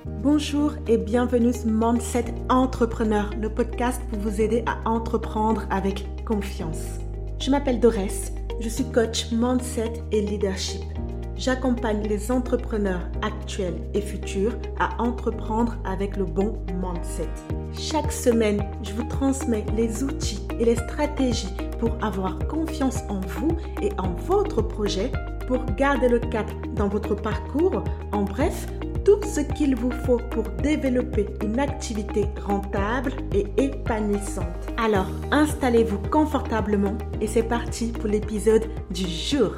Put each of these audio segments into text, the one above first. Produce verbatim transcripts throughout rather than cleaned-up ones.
Bonjour et bienvenue sur Mindset Entrepreneur, le podcast pour vous aider à entreprendre avec confiance. Je m'appelle Dorès, je suis coach Mindset et Leadership. J'accompagne les entrepreneurs actuels et futurs à entreprendre avec le bon mindset. Chaque semaine, je vous transmets les outils et les stratégies pour avoir confiance en vous et en votre projet, pour garder le cap dans votre parcours, en bref, tout ce qu'il vous faut pour développer une activité rentable et épanouissante. Alors, installez-vous confortablement et c'est parti pour l'épisode du jour.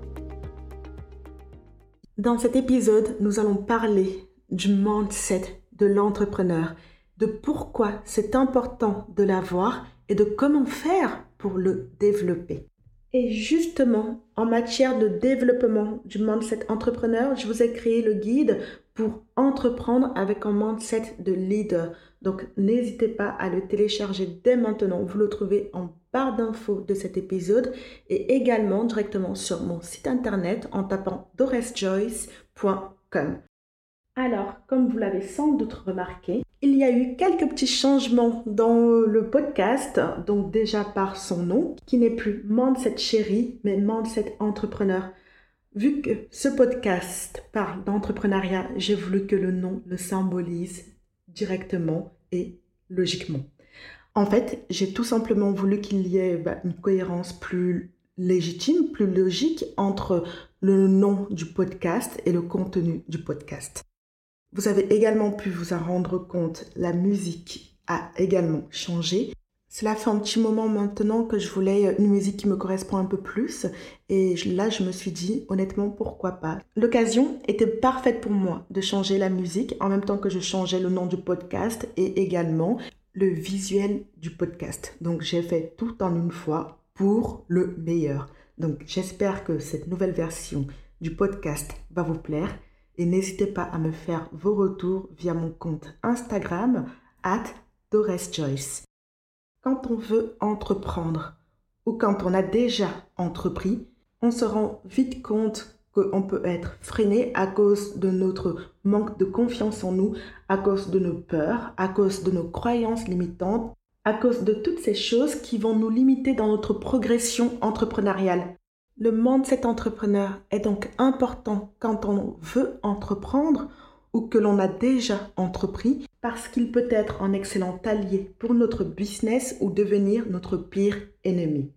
Dans cet épisode, nous allons parler du mindset de l'entrepreneur, de pourquoi c'est important de l'avoir et de comment faire pour le développer. Et justement, en matière de développement du mindset entrepreneur, je vous ai créé le guide pour entreprendre avec un mindset de leader. Donc, n'hésitez pas à le télécharger dès maintenant. Vous le trouvez en barre d'infos de cet épisode et également directement sur mon site internet en tapant doris joyce point com. Alors, comme vous l'avez sans doute remarqué, il y a eu quelques petits changements dans le podcast, donc déjà par son nom, qui n'est plus Mindset Chérie, mais Mindset Entrepreneur. Vu que ce podcast parle d'entrepreneuriat, j'ai voulu que le nom le symbolise directement et logiquement. En fait, j'ai tout simplement voulu qu'il y ait bah, une cohérence plus légitime, plus logique entre le nom du podcast et le contenu du podcast. Vous avez également pu vous en rendre compte, la musique a également changé. Cela fait un petit moment maintenant que je voulais une musique qui me correspond un peu plus. Et là, je me suis dit, honnêtement, pourquoi pas. L'occasion était parfaite pour moi de changer la musique en même temps que je changeais le nom du podcast et également le visuel du podcast. Donc, j'ai fait tout en une fois pour le meilleur. Donc, j'espère que cette nouvelle version du podcast va vous plaire. Et n'hésitez pas à me faire vos retours via mon compte Instagram arobase doris joyce. Quand on veut entreprendre ou quand on a déjà entrepris, on se rend vite compte qu'on peut être freiné à cause de notre manque de confiance en nous, à cause de nos peurs, à cause de nos croyances limitantes, à cause de toutes ces choses qui vont nous limiter dans notre progression entrepreneuriale. Le mindset entrepreneur est donc important quand on veut entreprendre ou que l'on a déjà entrepris parce qu'il peut être un excellent allié pour notre business ou devenir notre pire ennemi.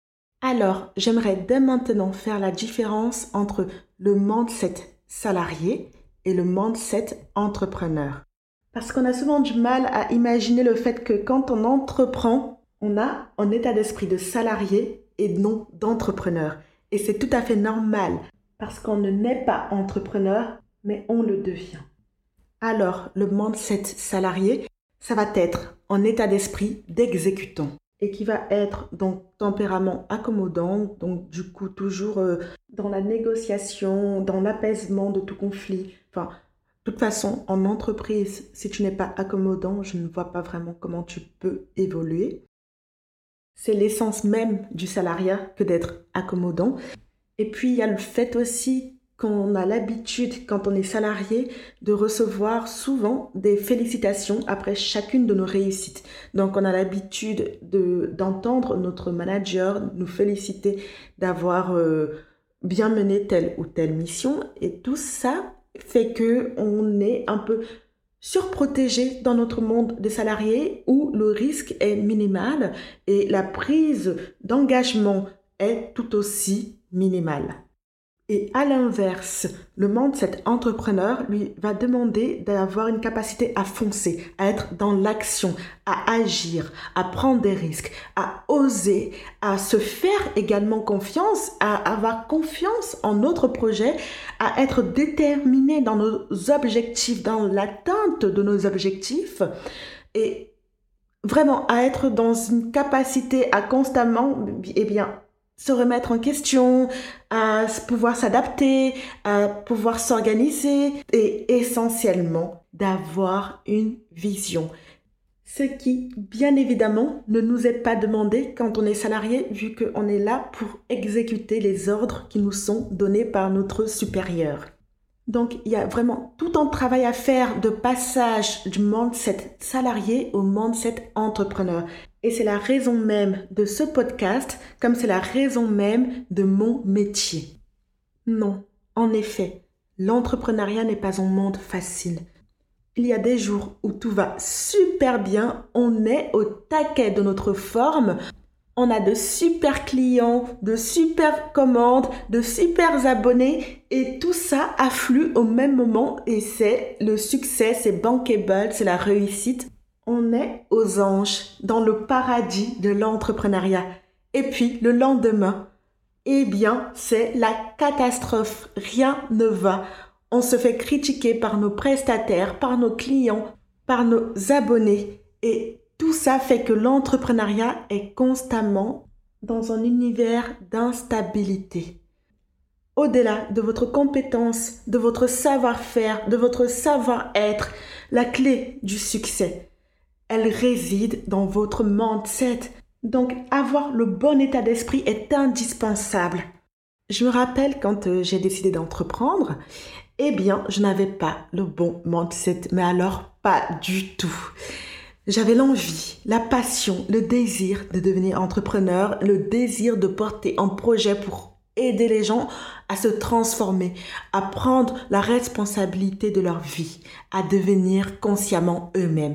Alors, j'aimerais dès maintenant faire la différence entre le mindset salarié et le mindset entrepreneur. Parce qu'on a souvent du mal à imaginer le fait que quand on entreprend, on a un état d'esprit de salarié et non d'entrepreneur. Et c'est tout à fait normal parce qu'on ne naît pas entrepreneur, mais on le devient. Alors, le mindset salarié, ça va être un état d'esprit d'exécutant et qui va être donc tempérament accommodant, donc du coup toujours euh, dans la négociation, dans l'apaisement de tout conflit. Enfin, de toute façon, en entreprise, si tu n'es pas accommodant, je ne vois pas vraiment comment tu peux évoluer. C'est l'essence même du salariat que d'être accommodant. Et puis, il y a le fait aussi qu'on a l'habitude, quand on est salarié, de recevoir souvent des félicitations après chacune de nos réussites. Donc, on a l'habitude de, d'entendre notre manager nous féliciter d'avoir euh, bien mené telle ou telle mission. Et tout ça fait qu'on est un peu surprotégé dans notre monde de salariés où le risque est minimal et la prise d'engagement est tout aussi minimale. Et à l'inverse, le mindset entrepreneur, lui, va demander d'avoir une capacité à foncer, à être dans l'action, à agir, à prendre des risques, à oser, à se faire également confiance, à avoir confiance en notre projet, à être déterminé dans nos objectifs, dans l'atteinte de nos objectifs et vraiment à être dans une capacité à constamment, eh bien, se remettre en question, à pouvoir s'adapter, à pouvoir s'organiser et essentiellement d'avoir une vision. Ce qui, bien évidemment, ne nous est pas demandé quand on est salarié, vu qu'on est là pour exécuter les ordres qui nous sont donnés par notre supérieur. Donc, il y a vraiment tout un travail à faire de passage du mindset salarié au mindset entrepreneur. Et c'est la raison même de ce podcast, comme c'est la raison même de mon métier. Non, en effet, l'entrepreneuriat n'est pas un monde facile. Il y a des jours où tout va super bien, on est au taquet de notre forme, on a de super clients, de super commandes, de super abonnés et tout ça afflue au même moment et c'est le succès, c'est bankable, c'est la réussite. On est aux anges, dans le paradis de l'entrepreneuriat. Et puis le lendemain, eh bien, c'est la catastrophe. Rien ne va. On se fait critiquer par nos prestataires, par nos clients, par nos abonnés. Et tout ça fait que l'entrepreneuriat est constamment dans un univers d'instabilité. Au-delà de votre compétence, de votre savoir-faire, de votre savoir-être, la clé du succès, elle réside dans votre mindset. Donc, avoir le bon état d'esprit est indispensable. Je me rappelle quand euh, j'ai décidé d'entreprendre, eh bien, je n'avais pas le bon mindset, mais alors pas du tout. J'avais l'envie, la passion, le désir de devenir entrepreneur, le désir de porter un projet pour aider les gens à se transformer, à prendre la responsabilité de leur vie, à devenir consciemment eux-mêmes.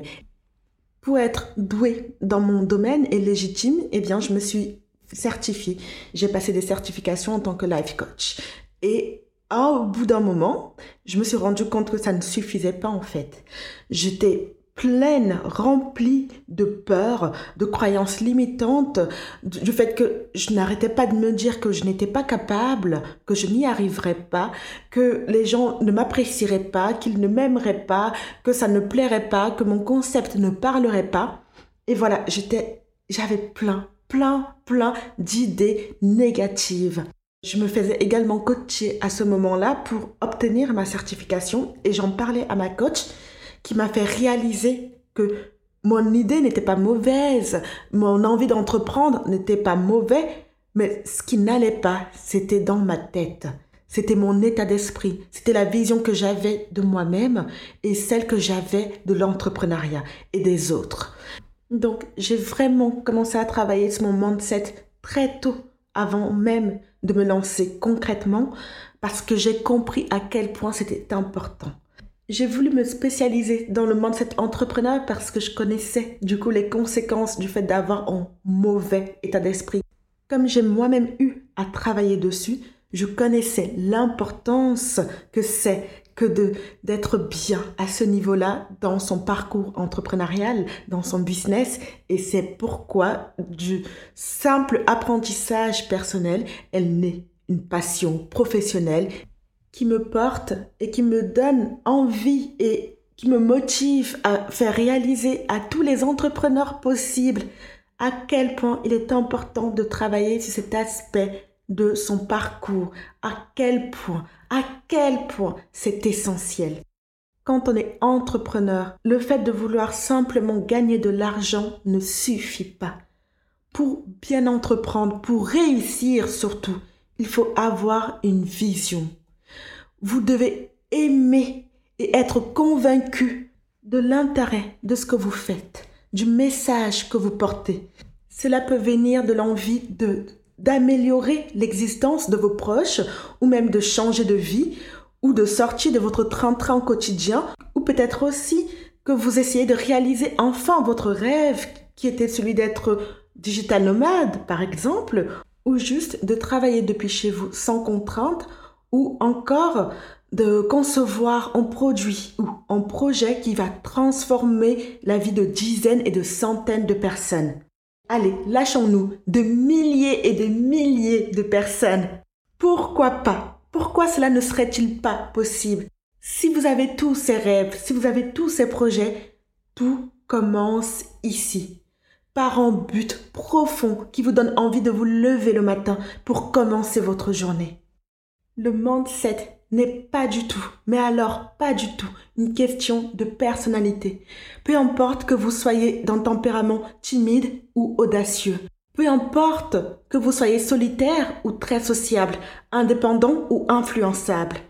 Pour être douée dans mon domaine et légitime, eh bien, je me suis certifiée. J'ai passé des certifications en tant que life coach. Et au bout d'un moment, je me suis rendu compte que ça ne suffisait pas en fait. J'étais pleine, remplie de peur, de croyances limitantes, du fait que je n'arrêtais pas de me dire que je n'étais pas capable, que je n'y arriverais pas, que les gens ne m'apprécieraient pas, qu'ils ne m'aimeraient pas, que ça ne plairait pas, que mon concept ne parlerait pas. Et voilà, j'étais, j'avais plein, plein, plein d'idées négatives. Je me faisais également coacher à ce moment-là pour obtenir ma certification et j'en parlais à ma coach qui m'a fait réaliser que mon idée n'était pas mauvaise, mon envie d'entreprendre n'était pas mauvais, mais ce qui n'allait pas, c'était dans ma tête. C'était mon état d'esprit, c'était la vision que j'avais de moi-même et celle que j'avais de l'entrepreneuriat et des autres. Donc, j'ai vraiment commencé à travailler sur mon mindset très tôt, avant même de me lancer concrètement, parce que j'ai compris à quel point c'était important. J'ai voulu me spécialiser dans le mindset entrepreneur parce que je connaissais du coup les conséquences du fait d'avoir un mauvais état d'esprit. Comme j'ai moi-même eu à travailler dessus, je connaissais l'importance que c'est que de, d'être bien à ce niveau-là dans son parcours entrepreneurial, dans son business. Et c'est pourquoi du simple apprentissage personnel, elle naît une passion professionnelle qui me porte et qui me donne envie et qui me motive à faire réaliser à tous les entrepreneurs possibles à quel point il est important de travailler sur cet aspect de son parcours, à quel point, à quel point c'est essentiel. Quand on est entrepreneur, le fait de vouloir simplement gagner de l'argent ne suffit pas. Pour bien entreprendre, pour réussir surtout, il faut avoir une vision. Vous devez aimer et être convaincu de l'intérêt de ce que vous faites, du message que vous portez. Cela peut venir de l'envie de, d'améliorer l'existence de vos proches ou même de changer de vie ou de sortir de votre train-train quotidien ou peut-être aussi que vous essayez de réaliser enfin votre rêve qui était celui d'être digital nomade par exemple ou juste de travailler depuis chez vous sans contrainte ou encore de concevoir un produit ou un projet qui va transformer la vie de dizaines et de centaines de personnes. Allez, lâchons-nous de milliers et de milliers de personnes. Pourquoi pas? Pourquoi cela ne serait-il pas possible? Si vous avez tous ces rêves, si vous avez tous ces projets, tout commence ici. Par un but profond qui vous donne envie de vous lever le matin pour commencer votre journée. Le mindset n'est pas du tout, mais alors pas du tout, une question de personnalité. Peu importe que vous soyez d'un tempérament timide ou audacieux. Peu importe que vous soyez solitaire ou très sociable, indépendant ou influençable.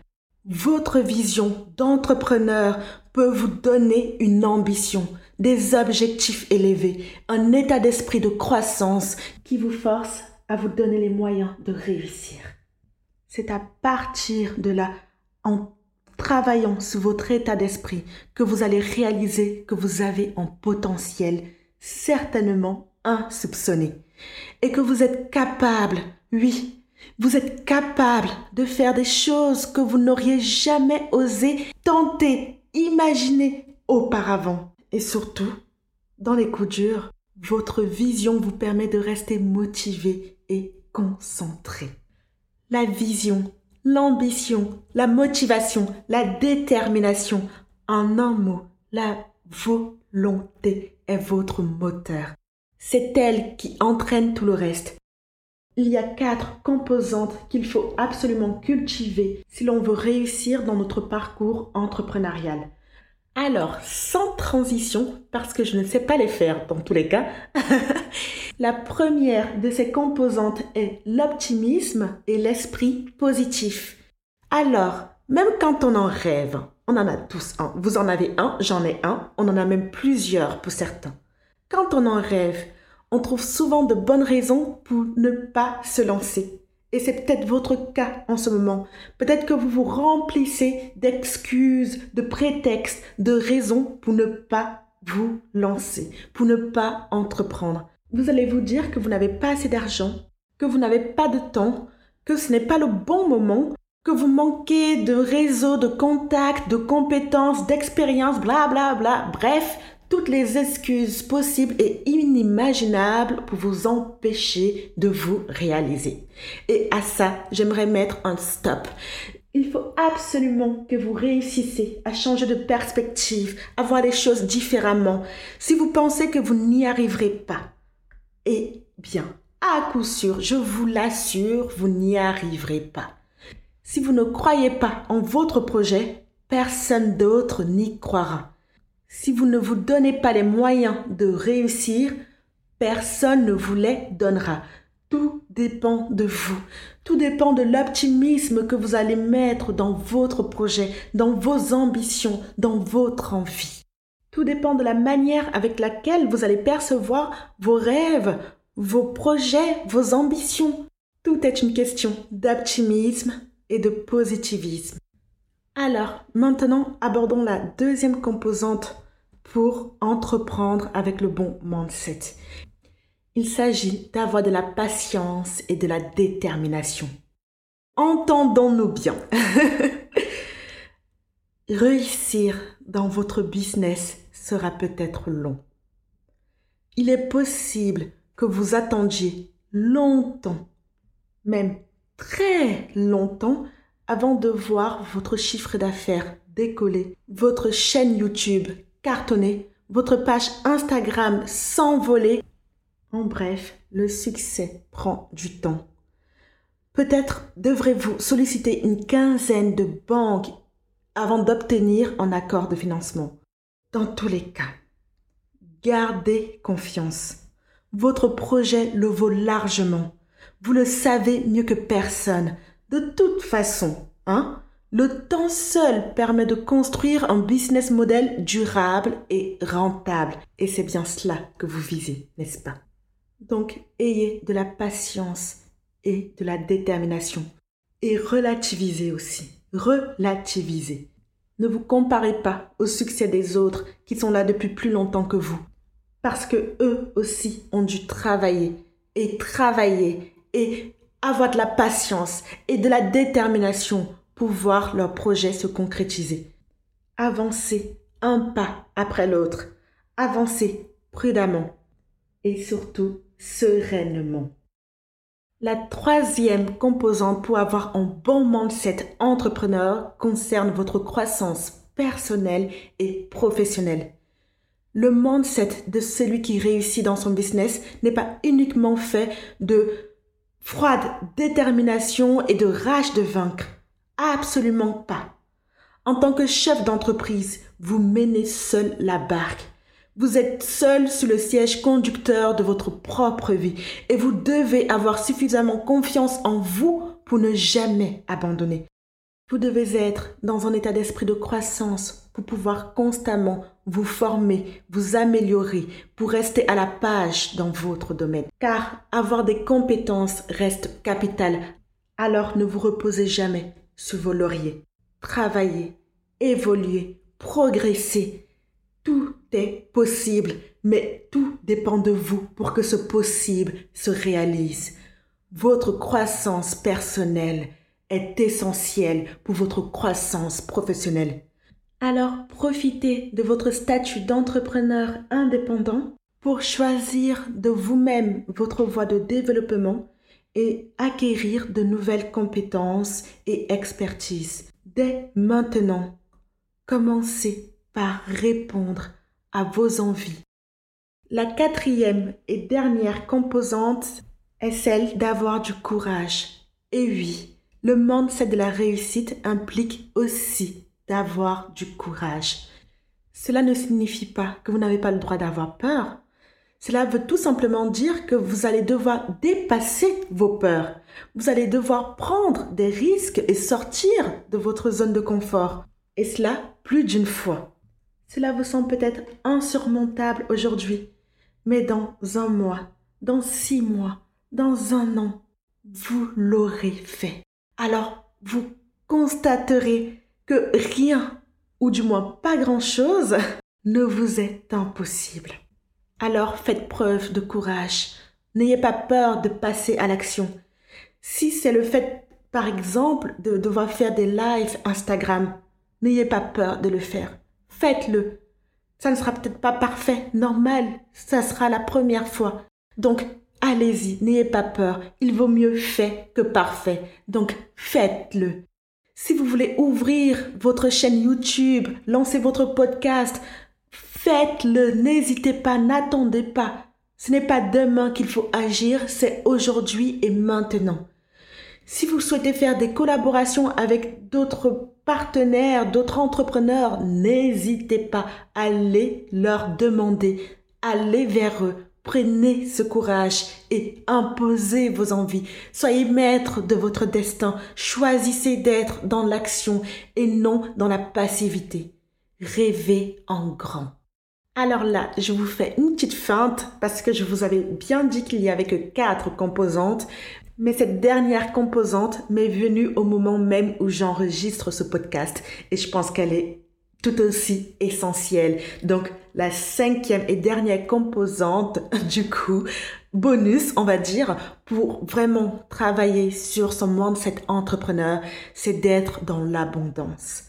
Votre vision d'entrepreneur peut vous donner une ambition, des objectifs élevés, un état d'esprit de croissance qui vous force à vous donner les moyens de réussir. C'est à partir de là, en travaillant sur votre état d'esprit, que vous allez réaliser que vous avez un potentiel certainement insoupçonné et que vous êtes capable, oui, vous êtes capable de faire des choses que vous n'auriez jamais osé tenter, imaginer auparavant. Et surtout, dans les coups durs, votre vision vous permet de rester motivé et concentré. La vision, l'ambition, la motivation, la détermination, en un mot, la volonté est votre moteur. C'est elle qui entraîne tout le reste. Il y a quatre composantes qu'il faut absolument cultiver si l'on veut réussir dans notre parcours entrepreneurial. Alors, sans transition, parce que je ne sais pas les faire dans tous les cas, la première de ces composantes est l'optimisme et l'esprit positif. Alors, même quand on en rêve, on en a tous un. Vous en avez un, j'en ai un, on en a même plusieurs pour certains. Quand on en rêve, on trouve souvent de bonnes raisons pour ne pas se lancer. Et c'est peut-être votre cas en ce moment. Peut-être que vous vous remplissez d'excuses, de prétextes, de raisons pour ne pas vous lancer, pour ne pas entreprendre. Vous allez vous dire que vous n'avez pas assez d'argent, que vous n'avez pas de temps, que ce n'est pas le bon moment, que vous manquez de réseau, de contacts, de compétences, d'expérience, bla bla bla. Bref, toutes les excuses possibles et inimaginables pour vous empêcher de vous réaliser. Et à ça, j'aimerais mettre un stop. Il faut absolument que vous réussissiez à changer de perspective, à voir les choses différemment. Si vous pensez que vous n'y arriverez pas, eh bien, à coup sûr, je vous l'assure, vous n'y arriverez pas. Si vous ne croyez pas en votre projet, personne d'autre n'y croira. Si vous ne vous donnez pas les moyens de réussir, personne ne vous les donnera. Tout dépend de vous. Tout dépend de l'optimisme que vous allez mettre dans votre projet, dans vos ambitions, dans votre envie. Tout dépend de la manière avec laquelle vous allez percevoir vos rêves, vos projets, vos ambitions. Tout est une question d'optimisme et de positivisme. Alors, maintenant, abordons la deuxième composante pour entreprendre avec le bon mindset. Il s'agit d'avoir de la patience et de la détermination. Entendons-nous bien. Réussir dans votre business sera peut-être long. Il est possible que vous attendiez longtemps, même très longtemps, avant de voir votre chiffre d'affaires décoller, votre chaîne YouTube cartonner, votre page Instagram s'envoler. En bref, le succès prend du temps. Peut-être devrez-vous solliciter une quinzaine de banques avant d'obtenir un accord de financement. Dans tous les cas, gardez confiance. Votre projet le vaut largement. Vous le savez mieux que personne. De toute façon, hein, le temps seul permet de construire un business model durable et rentable. Et c'est bien cela que vous visez, n'est-ce pas? Donc, ayez de la patience et de la détermination. Et relativisez aussi. Relativisez. Ne vous comparez pas au succès des autres qui sont là depuis plus longtemps que vous. Parce que eux aussi ont dû travailler et travailler et avoir de la patience et de la détermination pour voir leur projet se concrétiser. Avancez un pas après l'autre. Avancez prudemment et surtout sereinement. La troisième composante pour avoir un bon mindset entrepreneur concerne votre croissance personnelle et professionnelle. Le mindset de celui qui réussit dans son business n'est pas uniquement fait de froide détermination et de rage de vaincre. Absolument pas. En tant que chef d'entreprise, vous menez seul la barque. Vous êtes seul sur le siège conducteur de votre propre vie et vous devez avoir suffisamment confiance en vous pour ne jamais abandonner. Vous devez être dans un état d'esprit de croissance pour pouvoir constamment vous former, vous améliorer, pour rester à la page dans votre domaine. Car avoir des compétences reste capital. Alors ne vous reposez jamais sur vos lauriers. Travaillez, évoluez, progressez. Tout est possible, mais tout dépend de vous pour que ce possible se réalise. Votre croissance personnelle est essentielle pour votre croissance professionnelle. Alors profitez de votre statut d'entrepreneur indépendant pour choisir de vous-même votre voie de développement et acquérir de nouvelles compétences et expertises. Dès maintenant, commencez par répondre à vos envies. La quatrième et dernière composante est celle d'avoir du courage. Et oui, le mindset de la réussite implique aussi d'avoir du courage. Cela ne signifie pas que vous n'avez pas le droit d'avoir peur. Cela veut tout simplement dire que vous allez devoir dépasser vos peurs. Vous allez devoir prendre des risques et sortir de votre zone de confort. Et cela plus d'une fois. Cela vous semble peut-être insurmontable aujourd'hui, mais dans un mois, dans six mois, dans un an, vous l'aurez fait. Alors, vous constaterez que rien, ou du moins pas grand-chose, ne vous est impossible. Alors, faites preuve de courage. N'ayez pas peur de passer à l'action. Si c'est le fait, par exemple, de devoir faire des lives Instagram, n'ayez pas peur de le faire. Faites-le. Ça ne sera peut-être pas parfait, normal. Ça sera la première fois. Donc, allez-y, n'ayez pas peur. Il vaut mieux fait que parfait. Donc, faites-le. Si vous voulez ouvrir votre chaîne YouTube, lancer votre podcast, faites-le. N'hésitez pas, n'attendez pas. Ce n'est pas demain qu'il faut agir, c'est aujourd'hui et maintenant. Si vous souhaitez faire des collaborations avec d'autres partenaires, d'autres entrepreneurs, n'hésitez pas, allez leur demander, allez vers eux, prenez ce courage et imposez vos envies. Soyez maître de votre destin, choisissez d'être dans l'action et non dans la passivité. Rêvez en grand. Alors là, je vous fais une petite feinte parce que je vous avais bien dit qu'il n'y avait que quatre composantes. Mais cette dernière composante m'est venue au moment même où j'enregistre ce podcast et je pense qu'elle est tout aussi essentielle. Donc, la cinquième et dernière composante, du coup, bonus, on va dire, pour vraiment travailler sur son mindset entrepreneur, c'est d'être dans l'abondance.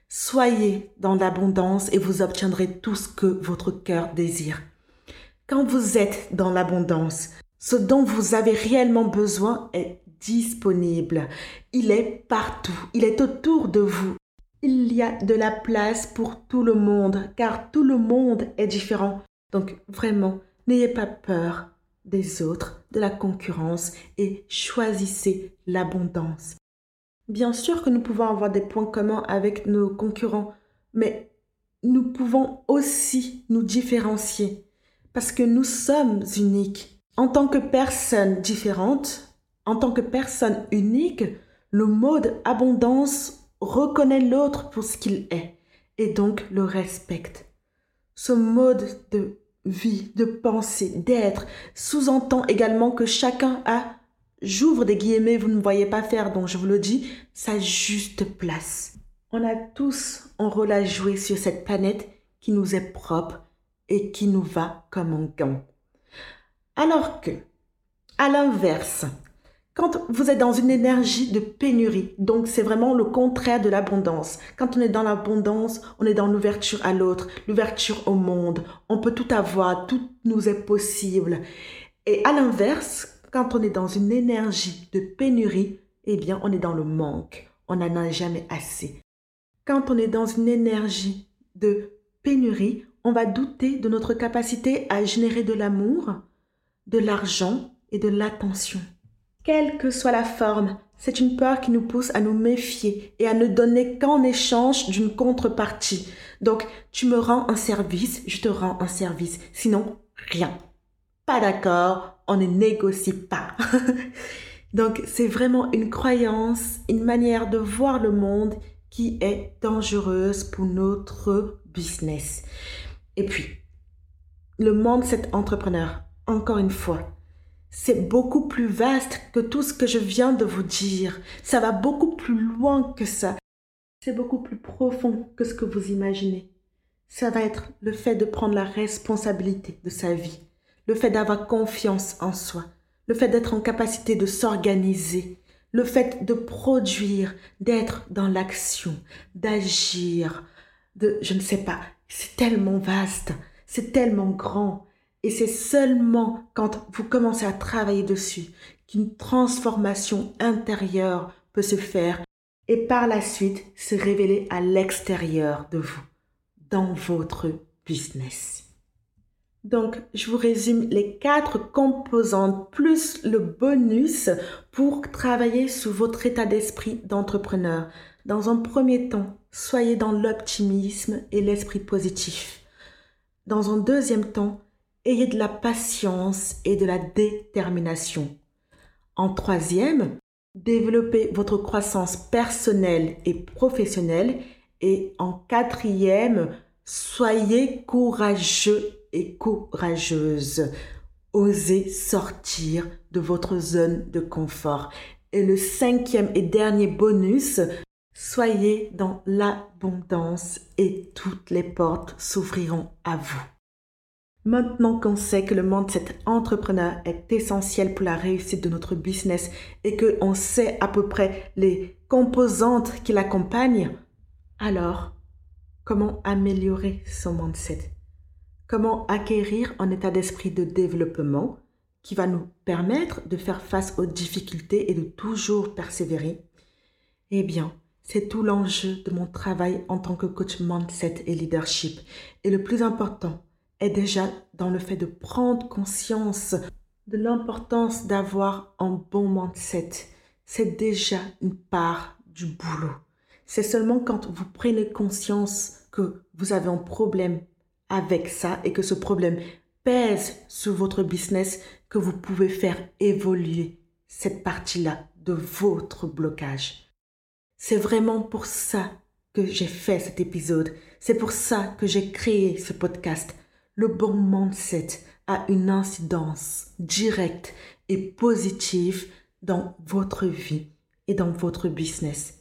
Soyez dans l'abondance et vous obtiendrez tout ce que votre cœur désire. Quand vous êtes dans l'abondance, ce dont vous avez réellement besoin est disponible. Il est partout. Il est autour de vous. Il y a de la place pour tout le monde, car tout le monde est différent. Donc vraiment, n'ayez pas peur des autres, de la concurrence et choisissez l'abondance. Bien sûr que nous pouvons avoir des points communs avec nos concurrents, mais nous pouvons aussi nous différencier parce que nous sommes uniques. En tant que personne différente, en tant que personne unique, le mode abondance reconnaît l'autre pour ce qu'il est et donc le respecte. Ce mode de vie, de pensée, d'être sous-entend également que chacun a, j'ouvre des guillemets, vous ne me voyez pas faire, donc je vous le dis, sa juste place. On a tous un rôle à jouer sur cette planète qui nous est propre et qui nous va comme un gant. Alors que, à l'inverse, quand vous êtes dans une énergie de pénurie, donc c'est vraiment le contraire de l'abondance. Quand on est dans l'abondance, on est dans l'ouverture à l'autre, l'ouverture au monde. On peut tout avoir, tout nous est possible. Et à l'inverse, quand on est dans une énergie de pénurie, eh bien, on est dans le manque. On n'en a jamais assez. Quand on est dans une énergie de pénurie, on va douter de notre capacité à générer de l'amour, de l'argent et de l'attention. Quelle que soit la forme, c'est une peur qui nous pousse à nous méfier et à ne donner qu'en échange d'une contrepartie. Donc, tu me rends un service, je te rends un service. Sinon, rien. Pas d'accord, on ne négocie pas. Donc, c'est vraiment une croyance, une manière de voir le monde qui est dangereuse pour notre business. Et puis, le mindset entrepreneur, encore une fois, c'est beaucoup plus vaste que tout ce que je viens de vous dire. Ça va beaucoup plus loin que ça. C'est beaucoup plus profond que ce que vous imaginez. Ça va être le fait de prendre la responsabilité de sa vie, le fait d'avoir confiance en soi, le fait d'être en capacité de s'organiser, le fait de produire, d'être dans l'action, d'agir, de, je ne sais pas, c'est tellement vaste, c'est tellement grand. Et c'est seulement quand vous commencez à travailler dessus qu'une transformation intérieure peut se faire et par la suite se révéler à l'extérieur de vous, dans votre business. Donc, je vous résume les quatre composantes plus le bonus pour travailler sur votre état d'esprit d'entrepreneur. Dans un premier temps, soyez dans l'optimisme et l'esprit positif. Dans un deuxième temps, ayez de la patience et de la détermination. En troisième, développez votre croissance personnelle et professionnelle. Et en quatrième, soyez courageux et courageuse. Osez sortir de votre zone de confort. Et le cinquième et dernier bonus, soyez dans l'abondance et toutes les portes s'ouvriront à vous. Maintenant qu'on sait que le mindset entrepreneur est essentiel pour la réussite de notre business et qu'on sait à peu près les composantes qui l'accompagnent, alors comment améliorer son mindset? Comment acquérir un état d'esprit de développement qui va nous permettre de faire face aux difficultés et de toujours persévérer? Eh bien, c'est tout l'enjeu de mon travail en tant que coach mindset et leadership. Et le plus important est déjà dans le fait de prendre conscience de l'importance d'avoir un bon mindset. C'est déjà une part du boulot. C'est seulement quand vous prenez conscience que vous avez un problème avec ça et que ce problème pèse sur votre business que vous pouvez faire évoluer cette partie-là de votre blocage. C'est vraiment pour ça que j'ai fait cet épisode. C'est pour ça que j'ai créé ce podcast. Le bon mindset a une incidence directe et positive dans votre vie et dans votre business.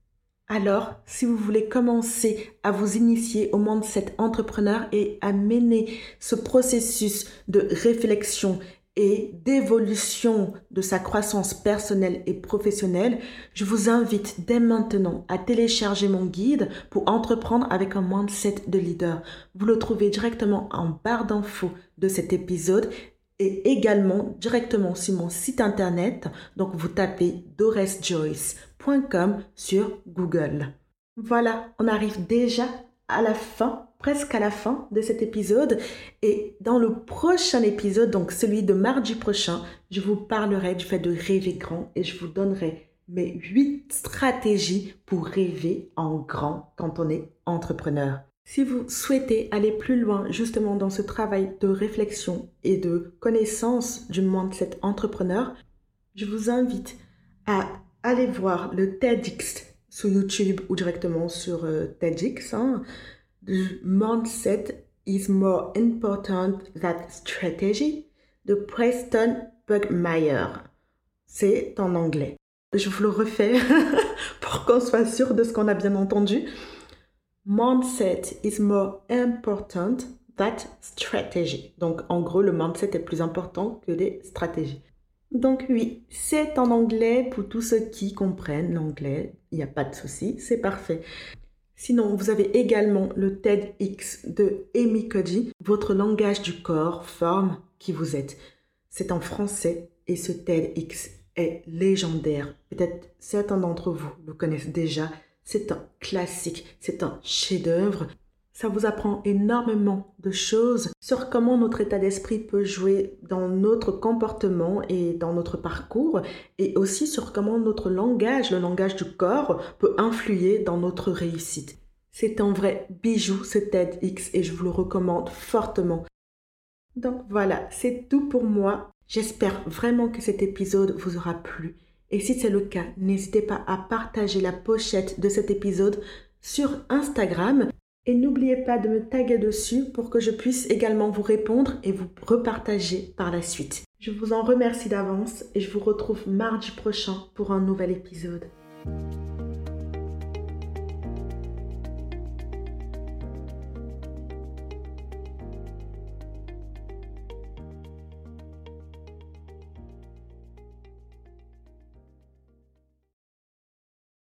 Alors, si vous voulez commencer à vous initier au mindset entrepreneur et à mener ce processus de réflexion et d'évolution de sa croissance personnelle et professionnelle, je vous invite dès maintenant à télécharger mon guide pour entreprendre avec un mindset de leader. Vous le trouvez directement en barre d'infos de cet épisode et également directement sur mon site internet. Donc vous tapez doris joyce point com sur Google. Voilà, on arrive déjà à la fin, presque à la fin de cet épisode. Et dans le prochain épisode, donc celui de mardi prochain, je vous parlerai du fait de rêver grand et je vous donnerai mes huit stratégies pour rêver en grand quand on est entrepreneur. Si vous souhaitez aller plus loin justement dans ce travail de réflexion et de connaissance du mindset entrepreneur, je vous invite à aller voir le TEDx sur YouTube ou directement sur euh, TEDx. Hein. The Mindset is more important than strategy de Preston Bugmeyer. C'est en anglais. Je vous le refais pour qu'on soit sûr de ce qu'on a bien entendu. Mindset is more important than strategy. Donc, en gros, le mindset est plus important que les stratégies. Donc oui, c'est en anglais pour tous ceux qui comprennent l'anglais. Il n'y a pas de souci, c'est parfait. Sinon, vous avez également le TEDx de Amy Cuddy, votre langage du corps forme qui vous êtes. C'est en français et ce TEDx est légendaire. Peut-être certains d'entre vous le connaissent déjà. C'est un classique, c'est un chef-d'œuvre. Ça vous apprend énormément de choses sur comment notre état d'esprit peut jouer dans notre comportement et dans notre parcours et aussi sur comment notre langage, le langage du corps, peut influer dans notre réussite. C'est un vrai bijou ce TEDx et je vous le recommande fortement. Donc voilà, c'est tout pour moi. J'espère vraiment que cet épisode vous aura plu. Et si c'est le cas, n'hésitez pas à partager la pochette de cet épisode sur Instagram. Et n'oubliez pas de me taguer dessus pour que je puisse également vous répondre et vous repartager par la suite. Je vous en remercie d'avance et je vous retrouve mardi prochain pour un nouvel épisode.